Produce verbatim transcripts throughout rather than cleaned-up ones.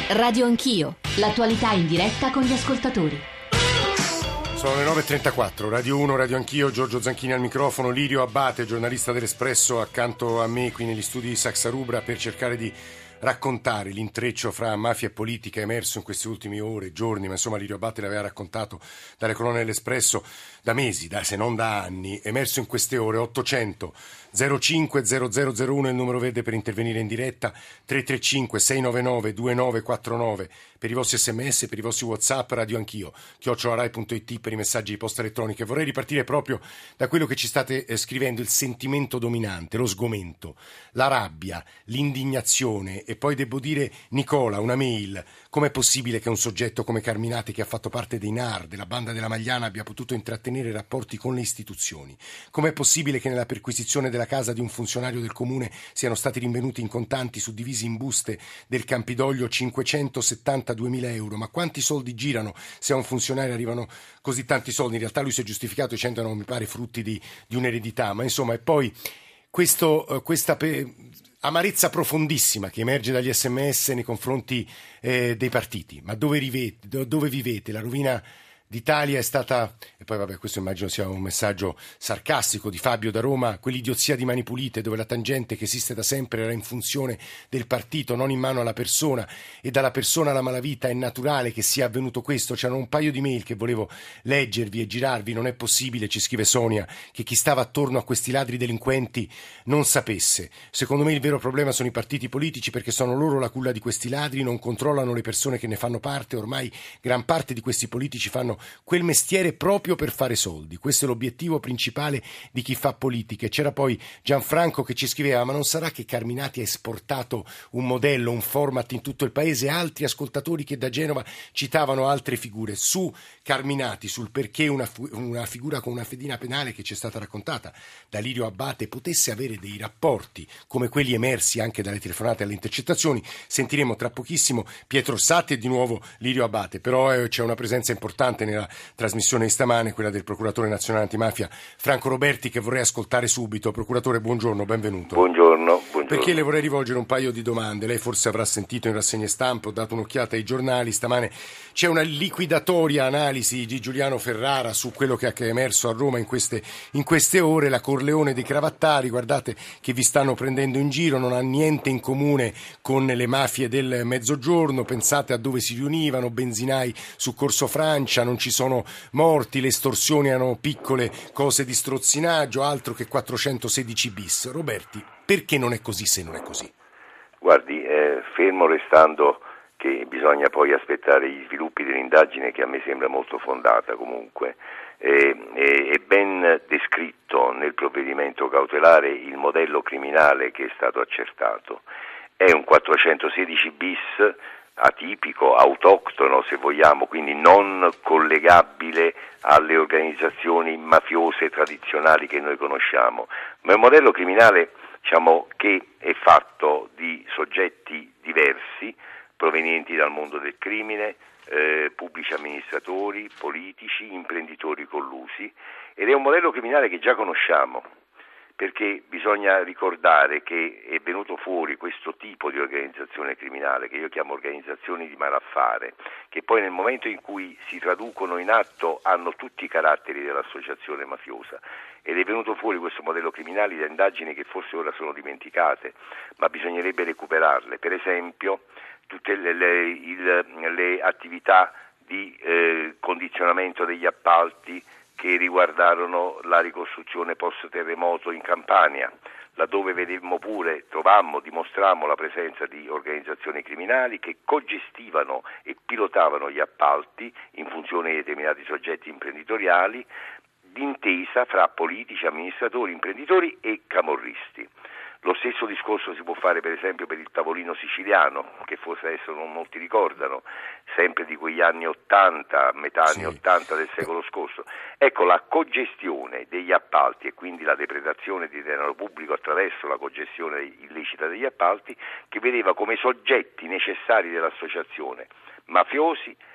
Radio Anch'io, l'attualità in diretta con gli ascoltatori. Sono le nove e trentaquattro, Radio uno, Radio Anch'io, Giorgio Zanchini al microfono, Lirio Abbate, giornalista dell'Espresso, accanto a me qui negli studi di Saxa Rubra per cercare di raccontare l'intreccio fra mafia e politica emerso in queste ultime ore, giorni, ma insomma Lirio Abbate l'aveva raccontato dalle colonne dell'Espresso da mesi, da, se non da anni, emerso in queste ore. Ottocento zero cinque zero zero zero uno è il numero verde per intervenire in diretta, tre tre cinque sei nove nove due nove quattro nove per i vostri sms, per i vostri WhatsApp, Radio Anch'io, chiocciolarai punto it per i messaggi di posta elettronica. Vorrei ripartire proprio da quello che ci state eh, scrivendo, il sentimento dominante, lo sgomento, la rabbia, l'indignazione. E poi devo dire, Nicola, una mail: com'è possibile che un soggetto come Carminati, che ha fatto parte dei N A R, della banda della Magliana, abbia potuto intrattenere rapporti con le istituzioni? Com'è possibile che nella perquisizione della casa di un funzionario del comune siano stati rinvenuti in contanti suddivisi in buste del Campidoglio cinquecentosettantaduemila euro? Ma quanti soldi girano se a un funzionario arrivano così tanti soldi? In realtà lui si è giustificato dicendo non mi pare frutti di, di un'eredità, ma insomma. E poi questo, questa pe- amarezza profondissima che emerge dagli sms nei confronti eh, dei partiti. Ma dove, rivete, dove vivete? La rovina d'Italia è stata, e poi vabbè, questo immagino sia un messaggio sarcastico di Fabio da Roma, quell'idiozia di Mani Pulite dove la tangente che esiste da sempre era in funzione del partito, non in mano alla persona, e dalla persona alla malavita. È naturale che sia avvenuto questo. C'erano un paio di mail che volevo leggervi e girarvi. Non è possibile, ci scrive Sonia, che chi stava attorno a questi ladri delinquenti non sapesse. Secondo me il vero problema sono i partiti politici, perché sono loro la culla di questi ladri, non controllano le persone che ne fanno parte. Ormai gran parte di questi politici fanno quel mestiere proprio per fare soldi. Questo è l'obiettivo principale di chi fa politica. C'era poi Gianfranco che ci scriveva: ma non sarà che Carminati ha esportato un modello, un format in tutto il paese? Altri ascoltatori che da Genova citavano altre figure. Su Carminati, sul perché una, una figura con una fedina penale che ci è stata raccontata da Lirio Abbate potesse avere dei rapporti come quelli emersi anche dalle telefonate alle intercettazioni, sentiremo tra pochissimo Pietro Satti e di nuovo Lirio Abbate. Però eh, c'è una presenza importante nella trasmissione di stamane, quella del procuratore nazionale antimafia Franco Roberti, che vorrei ascoltare subito. Procuratore, buongiorno, benvenuto. Buongiorno, buongiorno. Perché le vorrei rivolgere un paio di domande. Lei forse avrà sentito in rassegne stampa, ho dato un'occhiata ai giornali stamane, c'è una liquidatoria analisi di Giuliano Ferrara su quello che è emerso a Roma in queste, in queste ore. La Corleone dei cravattari, guardate che vi stanno prendendo in giro, non ha niente in comune con le mafie del Mezzogiorno. Pensate a dove si riunivano: benzinai su Corso Francia, non ci sono morti, le estorsioni erano piccole cose di strozzinaggio, altro che quattrocentosedici bis. Roberti, perché non è così se non è così? Guardi, eh, fermo restando che bisogna poi aspettare gli sviluppi dell'indagine, che a me sembra molto fondata comunque, eh, eh, è ben descritto nel provvedimento cautelare il modello criminale che è stato accertato. È un quattrocentosedici bis atipico, autoctono se vogliamo, quindi non collegabile alle organizzazioni mafiose tradizionali che noi conosciamo, ma è un modello criminale, diciamo, che è fatto di soggetti diversi provenienti dal mondo del crimine, eh, pubblici amministratori, politici, imprenditori collusi, ed è un modello criminale che già conosciamo, perché bisogna ricordare che è venuto fuori questo tipo di organizzazione criminale, che io chiamo organizzazioni di malaffare, che poi nel momento in cui si traducono in atto hanno tutti i caratteri dell'associazione mafiosa, ed è venuto fuori questo modello criminale da indagini che forse ora sono dimenticate, ma bisognerebbe recuperarle. Per esempio tutte le, le, il, le attività di eh, condizionamento degli appalti che riguardarono la ricostruzione post-terremoto in Campania, laddove vedemmo pure, trovammo, dimostrammo la presenza di organizzazioni criminali che cogestivano e pilotavano gli appalti in funzione di determinati soggetti imprenditoriali, d'intesa fra politici, amministratori, imprenditori e camorristi. Lo stesso discorso si può fare per esempio per il tavolino siciliano, che forse adesso non molti ricordano, sempre di quegli anni ottanta, metà anni ottanta del secolo scorso. Ecco, la cogestione degli appalti e quindi la depredazione di denaro pubblico attraverso la cogestione illecita degli appalti, che vedeva come soggetti necessari dell'associazione mafiosi,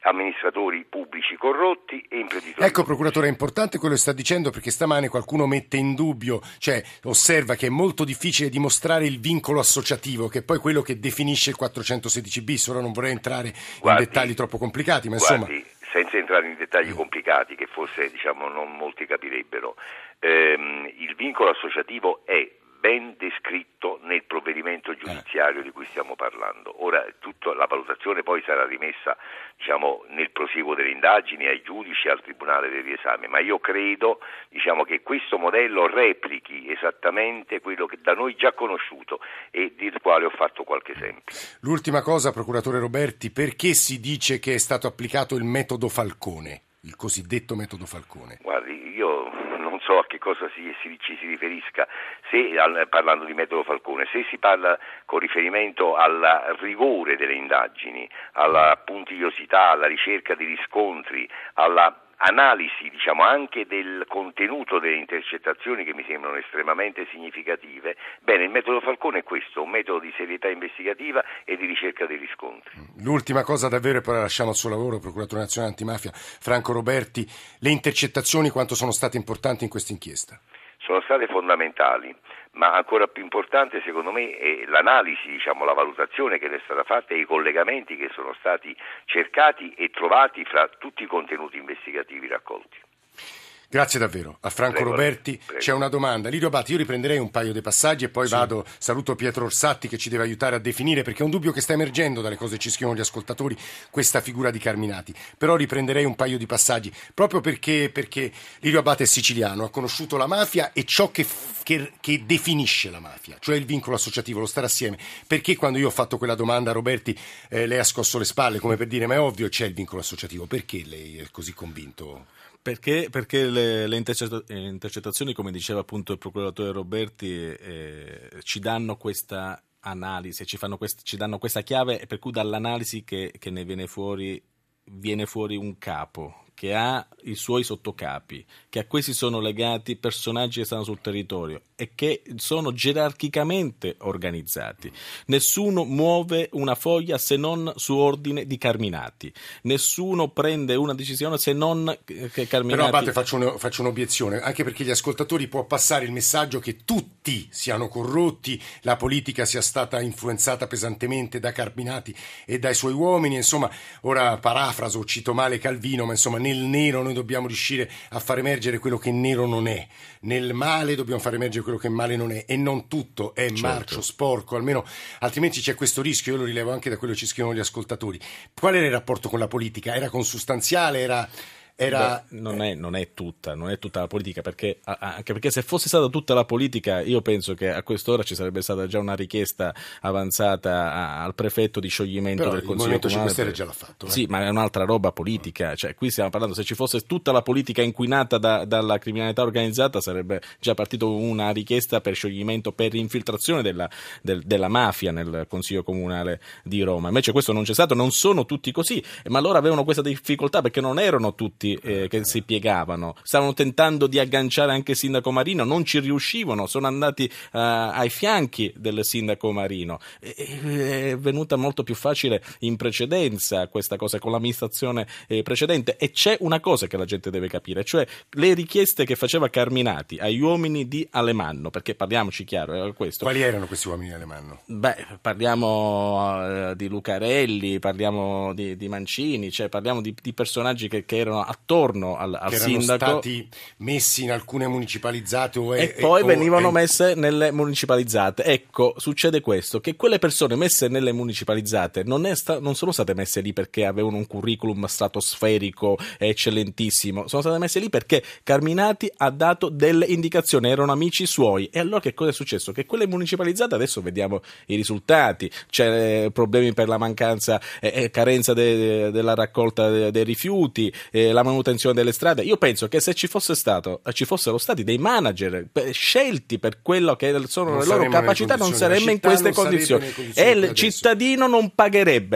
amministratori pubblici corrotti e imprenditori. Ecco, procuratore, è importante quello che sta dicendo, perché stamane qualcuno mette in dubbio, cioè osserva che è molto difficile dimostrare il vincolo associativo, che è poi quello che definisce il quattrocentosedici bis. Ora non vorrei entrare guardi, in dettagli troppo complicati, ma guardi, insomma... senza entrare in dettagli complicati che forse diciamo non molti capirebbero, ehm, il vincolo associativo è ben descritto nel provvedimento giudiziario di cui stiamo parlando. Ora tutta la valutazione poi sarà rimessa diciamo nel prosieguo delle indagini ai giudici e al tribunale del riesame, ma io credo diciamo che questo modello replichi esattamente quello che da noi già conosciuto e del quale ho fatto qualche esempio. L'ultima cosa, procuratore Roberti, perché si dice che è stato applicato il metodo Falcone, il cosiddetto metodo Falcone? Guardi, io non so a che cosa si, si, ci si riferisca, se al, parlando di metodo Falcone, se si parla con riferimento al rigore delle indagini, alla puntigliosità, alla ricerca di riscontri, alla analisi diciamo anche del contenuto delle intercettazioni che mi sembrano estremamente significative, bene, il metodo Falcone è questo, un metodo di serietà investigativa e di ricerca dei riscontri. L'ultima cosa davvero, e poi la lasciamo al suo lavoro, procuratore nazionale antimafia Franco Roberti, le intercettazioni quanto sono state importanti in questa inchiesta? Sono state fondamentali, ma ancora più importante secondo me è l'analisi, diciamo, la valutazione che ne è stata fatta e i collegamenti che sono stati cercati e trovati fra tutti i contenuti investigativi raccolti. Grazie davvero a Franco prego, Roberti. prego. C'è una domanda. Lirio Abate, io riprenderei un paio di passaggi e poi sì. vado, saluto Pietro Orsatti che ci deve aiutare a definire, perché è un dubbio che sta emergendo dalle cose che ci scrivono gli ascoltatori, questa figura di Carminati. Però riprenderei un paio di passaggi, proprio perché, perché Lirio Abate è siciliano, ha conosciuto la mafia e ciò che, che, che definisce la mafia, cioè il vincolo associativo, lo stare assieme. Perché quando io ho fatto quella domanda a Roberti eh, lei ha scosso le spalle, come per dire ma è ovvio c'è il vincolo associativo, perché lei è così convinto? Perché, perché le, le intercettazioni, come diceva appunto il procuratore Roberti, eh, ci danno questa analisi, ci, fanno quest, ci danno questa chiave, per cui dall'analisi che, che ne viene fuori, viene fuori un capo che ha i suoi sottocapi, che a questi sono legati personaggi che stanno sul territorio e che sono gerarchicamente organizzati. Nessuno muove una foglia se non su ordine di Carminati. Nessuno prende una decisione se non che Carminati... Però Abate, faccio, un, faccio un'obiezione, anche perché gli ascoltatori può passare il messaggio che tutti siano corrotti, la politica sia stata influenzata pesantemente da Carminati e dai suoi uomini, insomma, ora parafraso, cito male Calvino, ma insomma nel nero noi dobbiamo riuscire a far emergere quello che nero non è, nel male dobbiamo far emergere quello che male non è, e non tutto è certo. marcio, sporco, almeno altrimenti c'è questo rischio. Io lo rilevo anche da quello che ci scrivono gli ascoltatori. Qual era il rapporto con la politica? Era consustanziale? Era... Era... Beh, non, è, non è tutta non è tutta la politica, perché anche perché se fosse stata tutta la politica io penso che a quest'ora ci sarebbe stata già una richiesta avanzata a, al prefetto di scioglimento Però del Consiglio Movimento cinque Comunale. Stelle già l'ha fatto, eh? Sì, ma è un'altra roba politica, cioè qui stiamo parlando, se ci fosse tutta la politica inquinata da, dalla criminalità organizzata sarebbe già partito una richiesta per scioglimento, per infiltrazione della, del, della mafia nel Consiglio Comunale di Roma. Invece questo non c'è stato, non sono tutti così, ma loro avevano questa difficoltà perché non erano tutti Eh, che si piegavano, stavano tentando di agganciare anche il sindaco Marino, non ci riuscivano, sono andati uh, ai fianchi del sindaco Marino. E, e, è venuta molto più facile in precedenza questa cosa con l'amministrazione eh, precedente. E c'è una cosa che la gente deve capire, cioè le richieste che faceva Carminati agli uomini di Alemanno, perché parliamoci chiaro, era questo. Quali erano questi uomini di Alemanno? Beh, parliamo uh, di Lucarelli, parliamo di, di Mancini, cioè parliamo di, di personaggi che, che erano attorno al, al che sindaco, erano stati messi in alcune municipalizzate o e poi o, venivano e... messe nelle municipalizzate. Ecco, succede questo, che quelle persone messe nelle municipalizzate non, è sta- non sono state messe lì perché avevano un curriculum stratosferico e eccellentissimo, sono state messe lì perché Carminati ha dato delle indicazioni, erano amici suoi. E allora che cosa è successo? Che quelle municipalizzate, adesso vediamo i risultati, c'è eh, problemi per la mancanza e eh, carenza de- de- della raccolta de- dei rifiuti, eh, la manutenzione delle strade. Io penso che se ci fosse stato ci fossero stati dei manager scelti per quello che sono non le loro capacità, non saremmo in queste condizioni, e il cittadino non pagherebbe.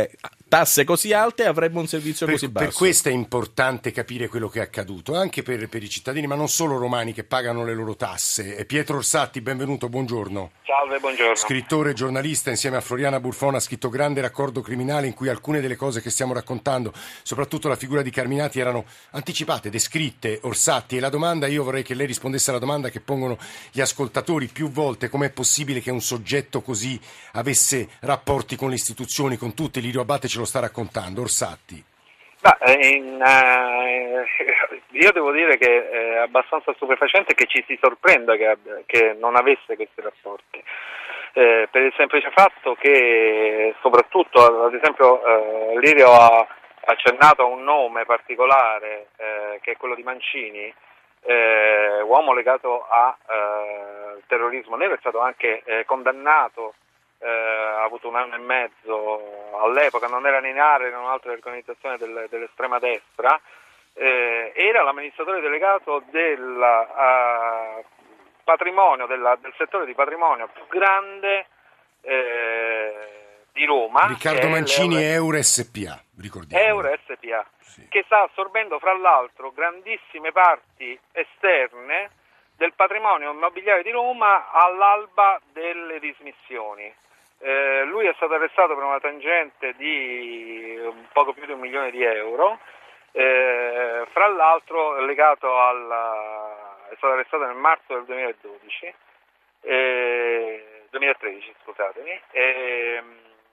tasse così alte avremmo un servizio per, così basso. Per questo è importante capire quello che è accaduto, anche per, per i cittadini, ma non solo romani che pagano le loro tasse. E Pietro Orsatti, benvenuto, buongiorno. Salve, buongiorno. Scrittore e giornalista, insieme a Floriana Burfon ha scritto Grande raccordo criminale, in cui alcune delle cose che stiamo raccontando, soprattutto la figura di Carminati, erano anticipate, descritte. Orsatti, e la domanda, io vorrei che lei rispondesse alla domanda che pongono gli ascoltatori più volte: com'è possibile che un soggetto così avesse rapporti con le istituzioni, con tutte? Lirio Abbate ce lo sta raccontando. Orsatti. Beh, in, uh, io devo dire che è abbastanza stupefacente che ci si sorprenda che, che non avesse questi rapporti, eh, per il semplice fatto che, soprattutto, ad esempio, eh, Lirio ha accennato a un nome particolare, eh, che è quello di Mancini, eh, uomo legato al eh, terrorismo nero, è stato anche eh, condannato. Eh, ha avuto un anno e mezzo all'epoca, non era né in area né in un'altra organizzazione del, dell'estrema destra, eh, era l'amministratore delegato del uh, patrimonio, della, del settore di patrimonio più grande eh, di Roma. Riccardo Mancini, Euro S P A, ricordiamo. Euro S P A, sì. Che sta assorbendo fra l'altro grandissime parti esterne del patrimonio immobiliare di Roma all'alba delle dismissioni. Eh, lui è stato arrestato per una tangente di un poco più di un milione di euro, eh, fra l'altro legato al... è stato arrestato nel marzo del duemiladodici, eh, duemilatredici, scusatemi, eh,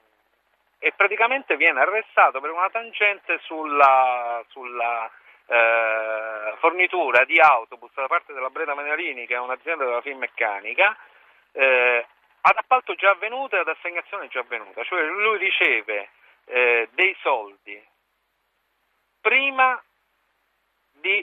e praticamente viene arrestato per una tangente sulla, sulla eh, fornitura di autobus da parte della Breda Menarini, che è un'azienda della Finmeccanica, eh, ad appalto già avvenuto e ad assegnazione già avvenuta, cioè lui riceve eh, dei soldi prima di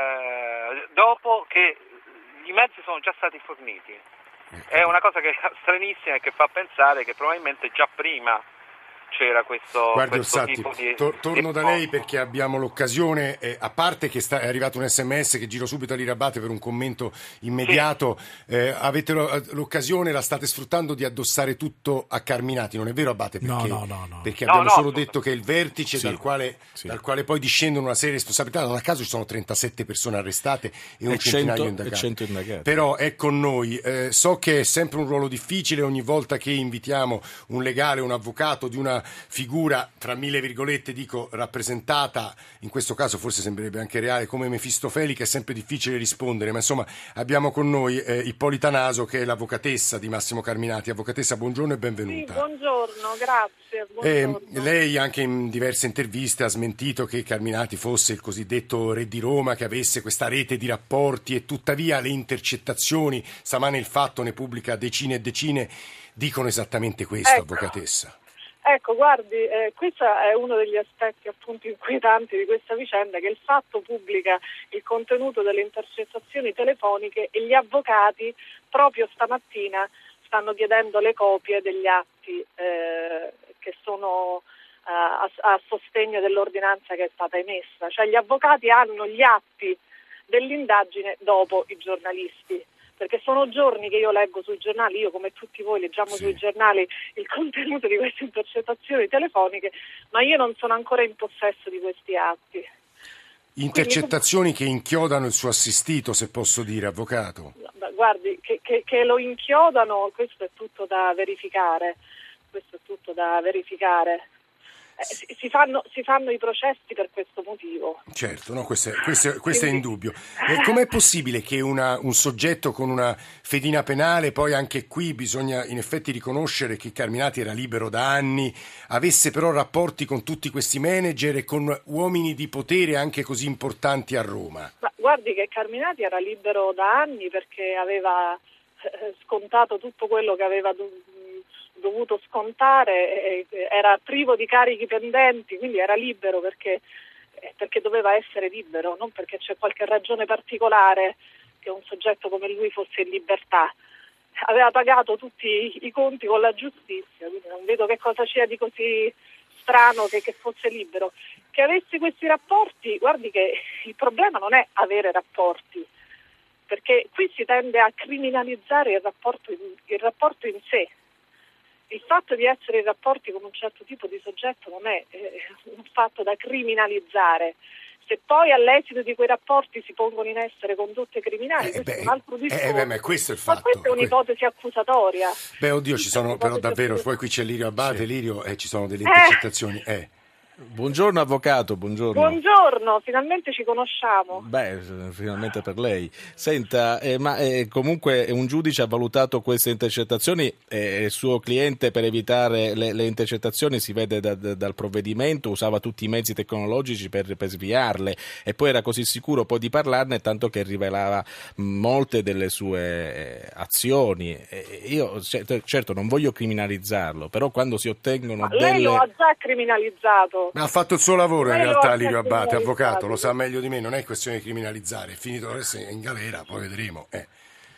eh, dopo che i mezzi sono già stati forniti. È una cosa che è stranissima e che fa pensare che probabilmente già prima c'era questo, Guardi, questo Orsatti, tipo di... to- torno di da lei perché abbiamo l'occasione, eh, a parte che sta, è arrivato un sms che giro subito a Lirio Abbate per un commento immediato, sì. eh, avete lo, l'occasione, la state sfruttando di addossare tutto a Carminati, non è vero Abbate? Perché, no, no, no, no. perché no, abbiamo no, solo no. detto che è il vertice sì, dal, quale, sì. dal quale poi discendono una serie di responsabilità. Non a caso ci sono trentasette persone arrestate e un e centinaio cento, indagate. E cento indagati. Però è con noi, eh, so che è sempre un ruolo difficile ogni volta che invitiamo un legale, un avvocato di una figura tra mille virgolette dico rappresentata, in questo caso forse sembrerebbe anche reale, come Mefistofelica, è sempre difficile rispondere, ma insomma abbiamo con noi eh, Ippolita Naso, che è l'avvocatessa di Massimo Carminati. Avvocatessa, buongiorno e benvenuta. Sì, buongiorno, grazie. Buongiorno. Eh, lei anche in diverse interviste ha smentito che Carminati fosse il cosiddetto re di Roma, che avesse questa rete di rapporti, e tuttavia le intercettazioni, stamane Il Fatto ne pubblica decine e decine, dicono esattamente questo, ecco. avvocatessa. Ecco, guardi, eh, questo è uno degli aspetti appunto inquietanti di questa vicenda, che Il Fatto pubblica il contenuto delle intercettazioni telefoniche e gli avvocati proprio stamattina stanno chiedendo le copie degli atti eh, che sono eh, a, a sostegno dell'ordinanza che è stata emessa. Cioè gli avvocati hanno gli atti dell'indagine dopo i giornalisti. Perché sono giorni che io leggo sui giornali, io come tutti voi leggiamo sì. sui giornali il contenuto di queste intercettazioni telefoniche, ma io non sono ancora in possesso di questi atti. Intercettazioni Quindi, che inchiodano il suo assistito, se posso dire, avvocato? Guardi, che, che, che lo inchiodano, questo è tutto da verificare, questo è tutto da verificare. Eh, si, si, fanno, si fanno i processi per questo motivo. Certo, no, questo, è, questo, è, questo Quindi... è indubbio. E com'è possibile che una, un soggetto con una fedina penale, poi anche qui bisogna in effetti riconoscere che Carminati era libero da anni, avesse però rapporti con tutti questi manager e con uomini di potere anche così importanti a Roma? Ma guardi che Carminati era libero da anni perché aveva eh, scontato tutto quello che aveva dovuto dovuto scontare, era privo di carichi pendenti, quindi era libero perché, perché doveva essere libero, non perché c'è qualche ragione particolare che un soggetto come lui fosse in libertà. Aveva pagato tutti i conti con la giustizia, quindi non vedo che cosa c'è di così strano che, che fosse libero. Che avesse questi rapporti, guardi che il problema non è avere rapporti, perché qui si tende a criminalizzare il rapporto in, il rapporto in sé. il fatto di essere in rapporti con un certo tipo di soggetto non è eh, un fatto da criminalizzare. Se poi all'esito di quei rapporti si pongono in essere condotte criminali, eh, questo beh, è un altro discorso. Eh, beh, ma questo è il fatto. Ma questa è un'ipotesi accusatoria. Beh, oddio, ci sono, però davvero, accusatoria. poi qui c'è Lirio Abbate, Sì. Lirio, e eh, ci sono delle Eh. intercettazioni. Eh. Buongiorno avvocato, buongiorno. Buongiorno, finalmente ci conosciamo. Beh, finalmente per lei. Senta, eh, ma eh, comunque un giudice ha valutato queste intercettazioni e il suo cliente, per evitare le, le intercettazioni, si vede da, da, dal provvedimento, usava tutti i mezzi tecnologici per, per sviarle, e poi era così sicuro poi di parlarne, tanto che rivelava molte delle sue eh, azioni. E io certo non voglio criminalizzarlo, però quando si ottengono Ma delle... lei lo ha già criminalizzato. Ma ha fatto il suo lavoro in Lei lo realtà ha Lirio Abbate, criminalizzato. avvocato, lo sa meglio di me, non è questione di criminalizzare, è finito adesso in galera, poi vedremo. Eh.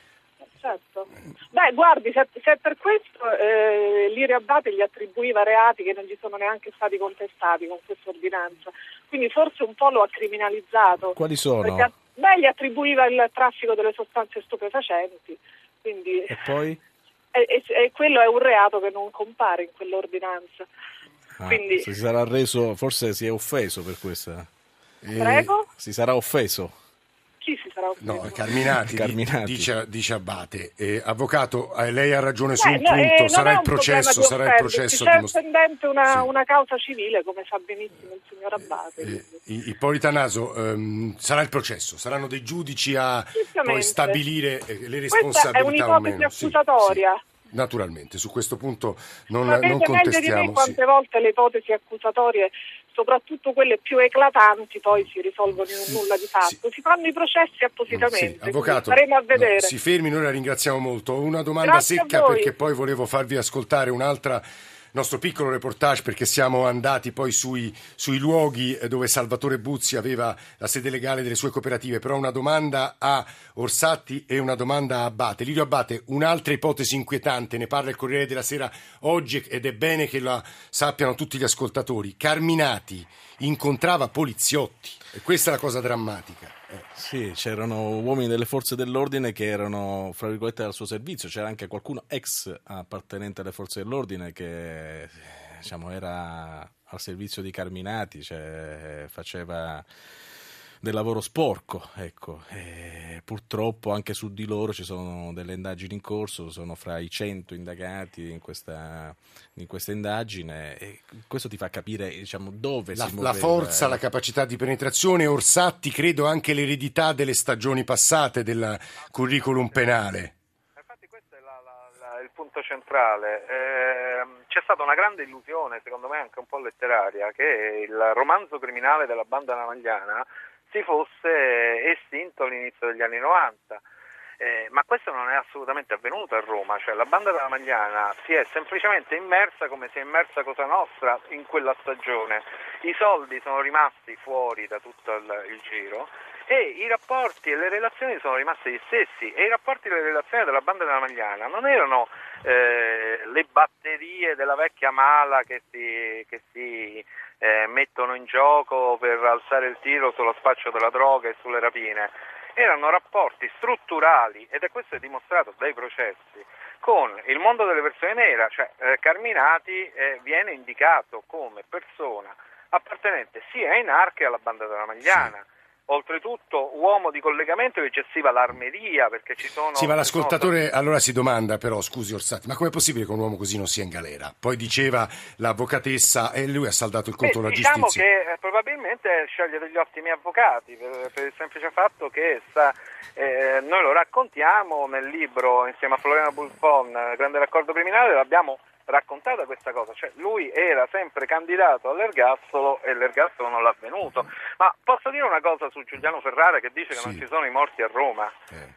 Certo. Beh, guardi, se, se per questo eh, Lirio Abbate gli attribuiva reati che non gli sono neanche stati contestati con questa ordinanza, quindi forse un po' lo ha criminalizzato. Quali sono? Perché, beh, gli attribuiva il traffico delle sostanze stupefacenti, quindi... E poi? E, e, e quello è un reato che non compare in quell'ordinanza. Ah, Quindi... si sarà reso, forse si è offeso per questa. Eh, Prego? Si sarà offeso. Chi si sarà offeso? No, Carminati, Carminati. Dice, dice Abbate. Eh, avvocato, eh, lei ha ragione su Beh, un no, eh, punto, non sarà è il un problema processo, di sarà il offendersi, processo c'è a dimostra- pendente una, Sì. una causa civile, come sa benissimo il signor Abbate. Eh, I- Ippolita Naso, ehm, sarà il processo, saranno dei giudici a Giustamente. poi stabilire eh, le Questa è responsabilità o un'ipotesi meno. Sì, accusatoria. sì. Naturalmente, su questo punto non, Sapete non meglio di contestiamo. me quante sì. volte le ipotesi accusatorie, soprattutto quelle più eclatanti, poi si risolvono in un nulla di fatto. sì. Si fanno i processi appositamente, Sì, avvocato, quindi staremo a no, vedere. si fermi, noi la ringraziamo molto. Ho una domanda Grazie a secca voi. perché poi volevo farvi ascoltare un'altra nostro piccolo reportage, perché siamo andati poi sui, sui luoghi dove Salvatore Buzzi aveva la sede legale delle sue cooperative, però una domanda a Orsatti e una domanda a Abbate. Lirio Abbate, un'altra ipotesi inquietante, ne parla il Corriere della Sera oggi ed è bene che la sappiano tutti gli ascoltatori. Carminati incontrava poliziotti e questa è la cosa drammatica. Eh. Sì, c'erano uomini delle forze dell'ordine che erano, fra virgolette, al suo servizio. C'era anche qualcuno ex appartenente alle forze dell'ordine che, diciamo, era al servizio di Carminati, cioè faceva del lavoro sporco, ecco. E purtroppo anche su di loro ci sono delle indagini in corso, sono fra i cento indagati in questa, in questa indagine, e questo ti fa capire, diciamo, dove La, si la muoveva. forza, la capacità di penetrazione, Orsatti credo anche l'eredità delle stagioni passate del curriculum penale. Infatti questo è la, la, la, il punto centrale. Eh, c'è stata una grande illusione, secondo me anche un po' letteraria, che il romanzo criminale della banda navagliana si fosse estinto all'inizio degli anni novanta. Eh, ma questo non è assolutamente avvenuto a Roma, cioè la banda della Magliana si è semplicemente immersa come si è immersa Cosa Nostra in quella stagione. I soldi sono rimasti fuori da tutto il, il giro e i rapporti e le relazioni sono rimasti gli stessi, e i rapporti e le relazioni della banda della Magliana non erano eh, le batterie della vecchia mala che si, che si eh, mettono in gioco per alzare il tiro sullo spaccio della droga e sulle rapine. Erano rapporti strutturali, ed è questo è dimostrato dai processi, con il mondo delle persone nere. Cioè eh, Carminati eh, viene indicato come persona appartenente sia ai N A R che alla banda della Magliana. Sì. Oltretutto uomo di collegamento che gestiva l'armeria, perché ci sono... Sì, ma l'ascoltatore sono... allora si domanda però, scusi Orsatti, ma com'è possibile che un uomo così non sia in galera? Poi diceva l'avvocatessa e lui ha saldato il conto della diciamo giustizia. Diciamo che eh, probabilmente sceglie degli ottimi avvocati, per, per il semplice fatto che sta, eh, noi lo raccontiamo nel libro insieme a Floriano Bulfon, Grande raccordo criminale, l'abbiamo raccontata questa cosa, cioè lui era sempre candidato all'ergastolo e l'ergastolo non l'ha avvenuto. Ma posso dire una cosa su Giuliano Ferrara che dice che sì. non ci sono i morti a Roma? Eh.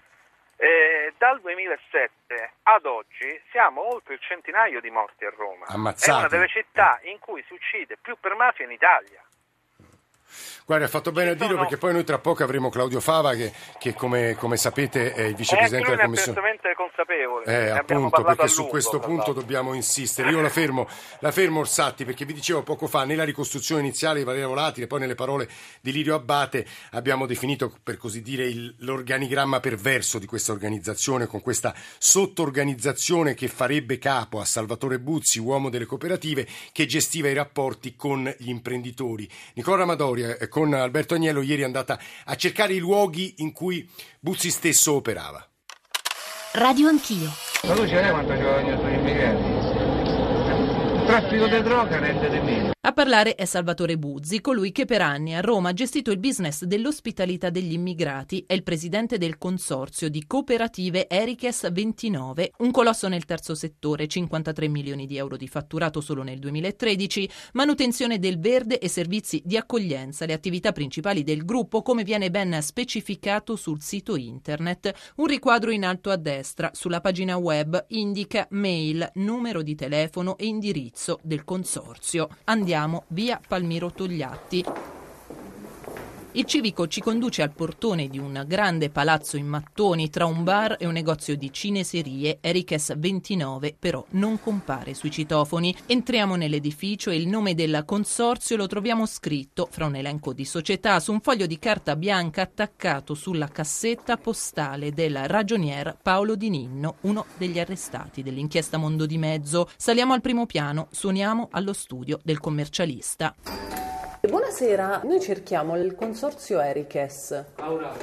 Eh, dal duemilasette ad oggi siamo oltre il centinaio di morti a Roma. Ammazzati. È una delle città in cui si uccide più per mafia in Italia. Guarda, ha fatto bene a dirlo perché poi noi tra poco avremo Claudio Fava che, che come, come sapete è il vicepresidente della Commissione. È perfettamente consapevole. Eh, ne appunto, perché su lungo, questo punto dobbiamo insistere. Io la fermo, la fermo Orsatti, perché vi dicevo poco fa, nella ricostruzione iniziale di Valeria Volatile, poi nelle parole di Lirio Abbate, abbiamo definito, per così dire, il, l'organigramma perverso di questa organizzazione, con questa sottoorganizzazione che farebbe capo a Salvatore Buzzi, uomo delle cooperative, che gestiva i rapporti con gli imprenditori. Nicola Amadoria eh, con Alberto Agnello ieri è andata a cercare i luoghi in cui Buzzi stesso operava. Radio Anch'io. Ma lui ce n'è quanto ci vogliono gli immigrati? Il traffico di droga rende di meno. A parlare è Salvatore Buzzi, colui che per anni a Roma ha gestito il business dell'ospitalità degli immigrati. È il presidente del consorzio di cooperative Erikes ventinove, un colosso nel terzo settore, cinquantatré milioni di euro di fatturato solo nel duemilatredici, manutenzione del verde e servizi di accoglienza, le attività principali del gruppo come viene ben specificato sul sito internet. Un riquadro in alto a destra sulla pagina web indica mail, numero di telefono e indirizzo del consorzio. Andiamo via Palmiro Togliatti. Il civico ci conduce al portone di un grande palazzo in mattoni tra un bar e un negozio di cineserie. Erikes ventinove però non compare sui citofoni. Entriamo nell'edificio e il nome del consorzio lo troviamo scritto fra un elenco di società su un foglio di carta bianca attaccato sulla cassetta postale del ragionier Paolo Di Ninno, uno degli arrestati dell'inchiesta Mondo di Mezzo. Saliamo al primo piano, suoniamo allo studio del commercialista. Buonasera, noi cerchiamo il consorzio Erikes. Laura.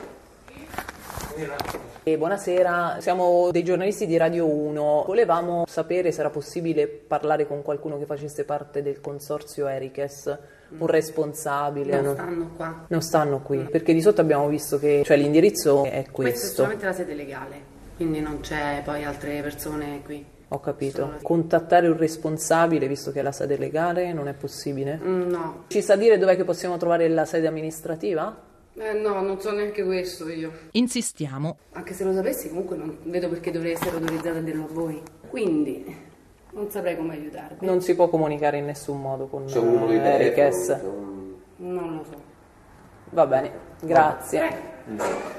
E buonasera, siamo dei giornalisti di Radio uno. Volevamo sapere se era possibile parlare con qualcuno che facesse parte del consorzio Erikes, un responsabile. Non stanno qua. Non stanno qui, perché di sotto abbiamo visto che cioè, l'indirizzo è questo. Questa è solamente la sede legale, quindi non c'è poi altre persone qui. Ho capito. Contattare un responsabile, visto che è la sede legale, non è possibile? Mm, no. Ci sa dire dov'è che possiamo trovare la sede amministrativa? Eh no, non so neanche questo io. Insistiamo. Anche se lo sapessi, comunque non vedo perché dovrei essere autorizzata a dirlo a voi. Quindi non saprei come aiutarvi. Non si può comunicare in nessun modo con C'è un numero di Erikes. telefono? Non lo so. Va bene, grazie. Eh.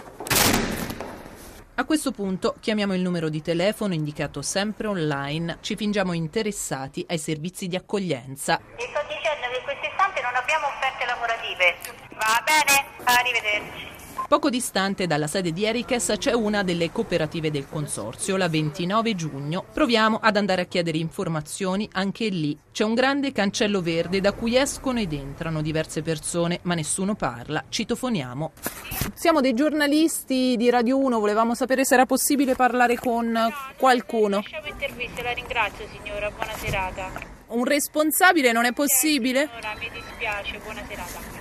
A questo punto chiamiamo il numero di telefono indicato sempre online, ci fingiamo interessati ai servizi di accoglienza. Vi sto dicendo che in questo istante non abbiamo offerte lavorative. Va bene? Arrivederci. Poco distante dalla sede di Erikes c'è una delle cooperative del consorzio, la ventinove giugno. Proviamo ad andare a chiedere informazioni anche lì. C'è un grande cancello verde da cui escono ed entrano diverse persone, ma nessuno parla. Citofoniamo. Siamo dei giornalisti di Radio uno, volevamo sapere se era possibile parlare con qualcuno. Lasciamo interviste, la ringrazio signora, buona serata. Un responsabile non è possibile? Signora, mi dispiace, buona serata.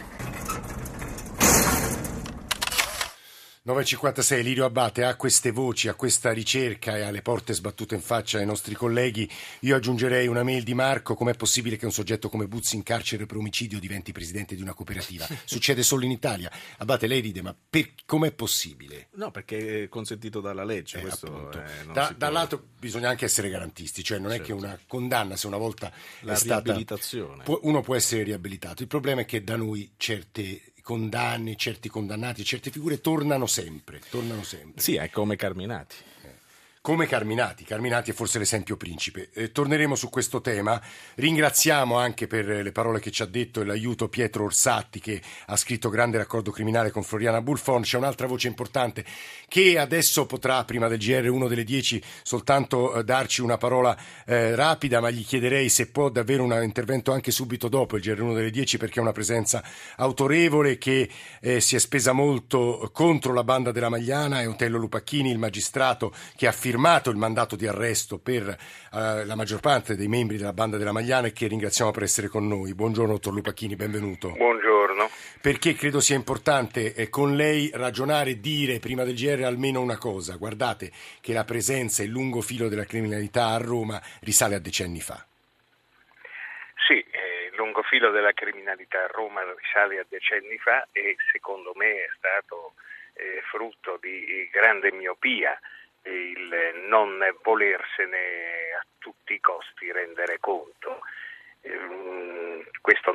nove e cinquantasei, Lirio Abbate ha queste voci, a questa ricerca e alle porte sbattute in faccia ai nostri colleghi. Io aggiungerei una mail di Marco: com'è possibile che un soggetto come Buzzi in carcere per omicidio diventi presidente di una cooperativa? Succede solo in Italia. Abbate, lei ride, ma per, com'è possibile? No, perché è consentito dalla legge. Eh, questo appunto. è, non da, si può... Dall'altro bisogna anche essere garantisti, cioè non certo. è che una condanna, se una volta la è stata, riabilitazione, può, uno può essere riabilitato. Il problema è che da noi certe condanne, certi condannati, certe figure tornano sempre, tornano sempre. Sì, è come Carminati. Come Carminati, Carminati è forse l'esempio principe. Eh, torneremo su questo tema. Ringraziamo anche per le parole che ci ha detto e l'aiuto Pietro Orsatti, che ha scritto Grande raccordo criminale con Floriana Bulfon. C'è un'altra voce importante che adesso potrà, prima del G R uno delle dieci, soltanto eh, darci una parola eh, rapida, ma gli chiederei se può davvero un intervento anche subito dopo il G R uno delle dieci, perché è una presenza autorevole che eh, si è spesa molto contro la banda della Magliana. È Otello Lupacchini, il magistrato che ha firmato il mandato di arresto per uh, la maggior parte dei membri della banda della Magliana, e che ringraziamo per essere con noi. Buongiorno dottor Lupacchini, benvenuto. Buongiorno. Perché credo sia importante eh, con lei ragionare, dire prima del G R almeno una cosa: guardate che la presenza e il lungo filo della criminalità a Roma risale a decenni fa. Sì, eh, il lungo filo della criminalità a Roma risale a decenni fa e secondo me è stato eh, frutto di grande miopia, il non volersene a tutti i costi rendere conto. Questo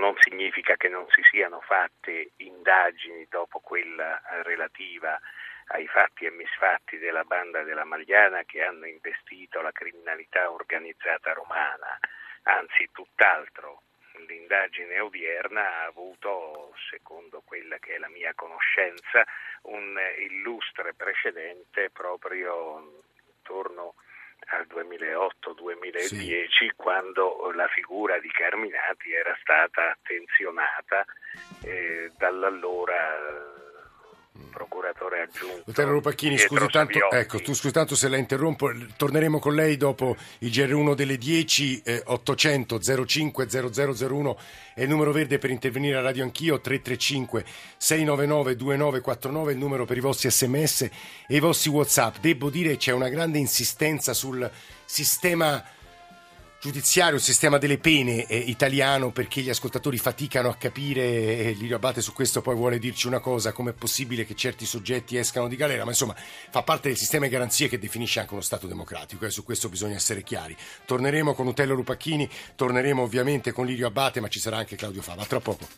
non significa che non si siano fatte indagini dopo quella relativa ai fatti e misfatti della banda della Magliana che hanno investito la criminalità organizzata romana, anzi tutt'altro. L'indagine odierna ha avuto, secondo quella che è la mia conoscenza, un illustre precedente proprio intorno al duemilaotto duemiladieci, sì, quando la figura di Carminati era stata attenzionata eh, dall'allora procuratore aggiunto. Dottor Lupacchini, scusi tanto, ecco, tu scusi tanto se la interrompo, torneremo con lei dopo il G R uno delle dieci. eh, ottocento zero cinque zero zero zero uno è il numero verde per intervenire a Radio Anch'io, tre tre cinque sei nove nove due nove quattro nove il numero per i vostri sms e i vostri WhatsApp. Devo dire c'è una grande insistenza sul sistema giudiziario, il sistema delle pene eh, italiano, perché gli ascoltatori faticano a capire, e eh, Lirio Abbate su questo poi vuole dirci una cosa: com'è possibile che certi soggetti escano di galera, ma insomma fa parte del sistema di garanzie che definisce anche uno Stato democratico, e eh, su questo bisogna essere chiari. Torneremo con Utello Lupacchini, torneremo ovviamente con Lirio Abbate, ma ci sarà anche Claudio Fava. A tra poco.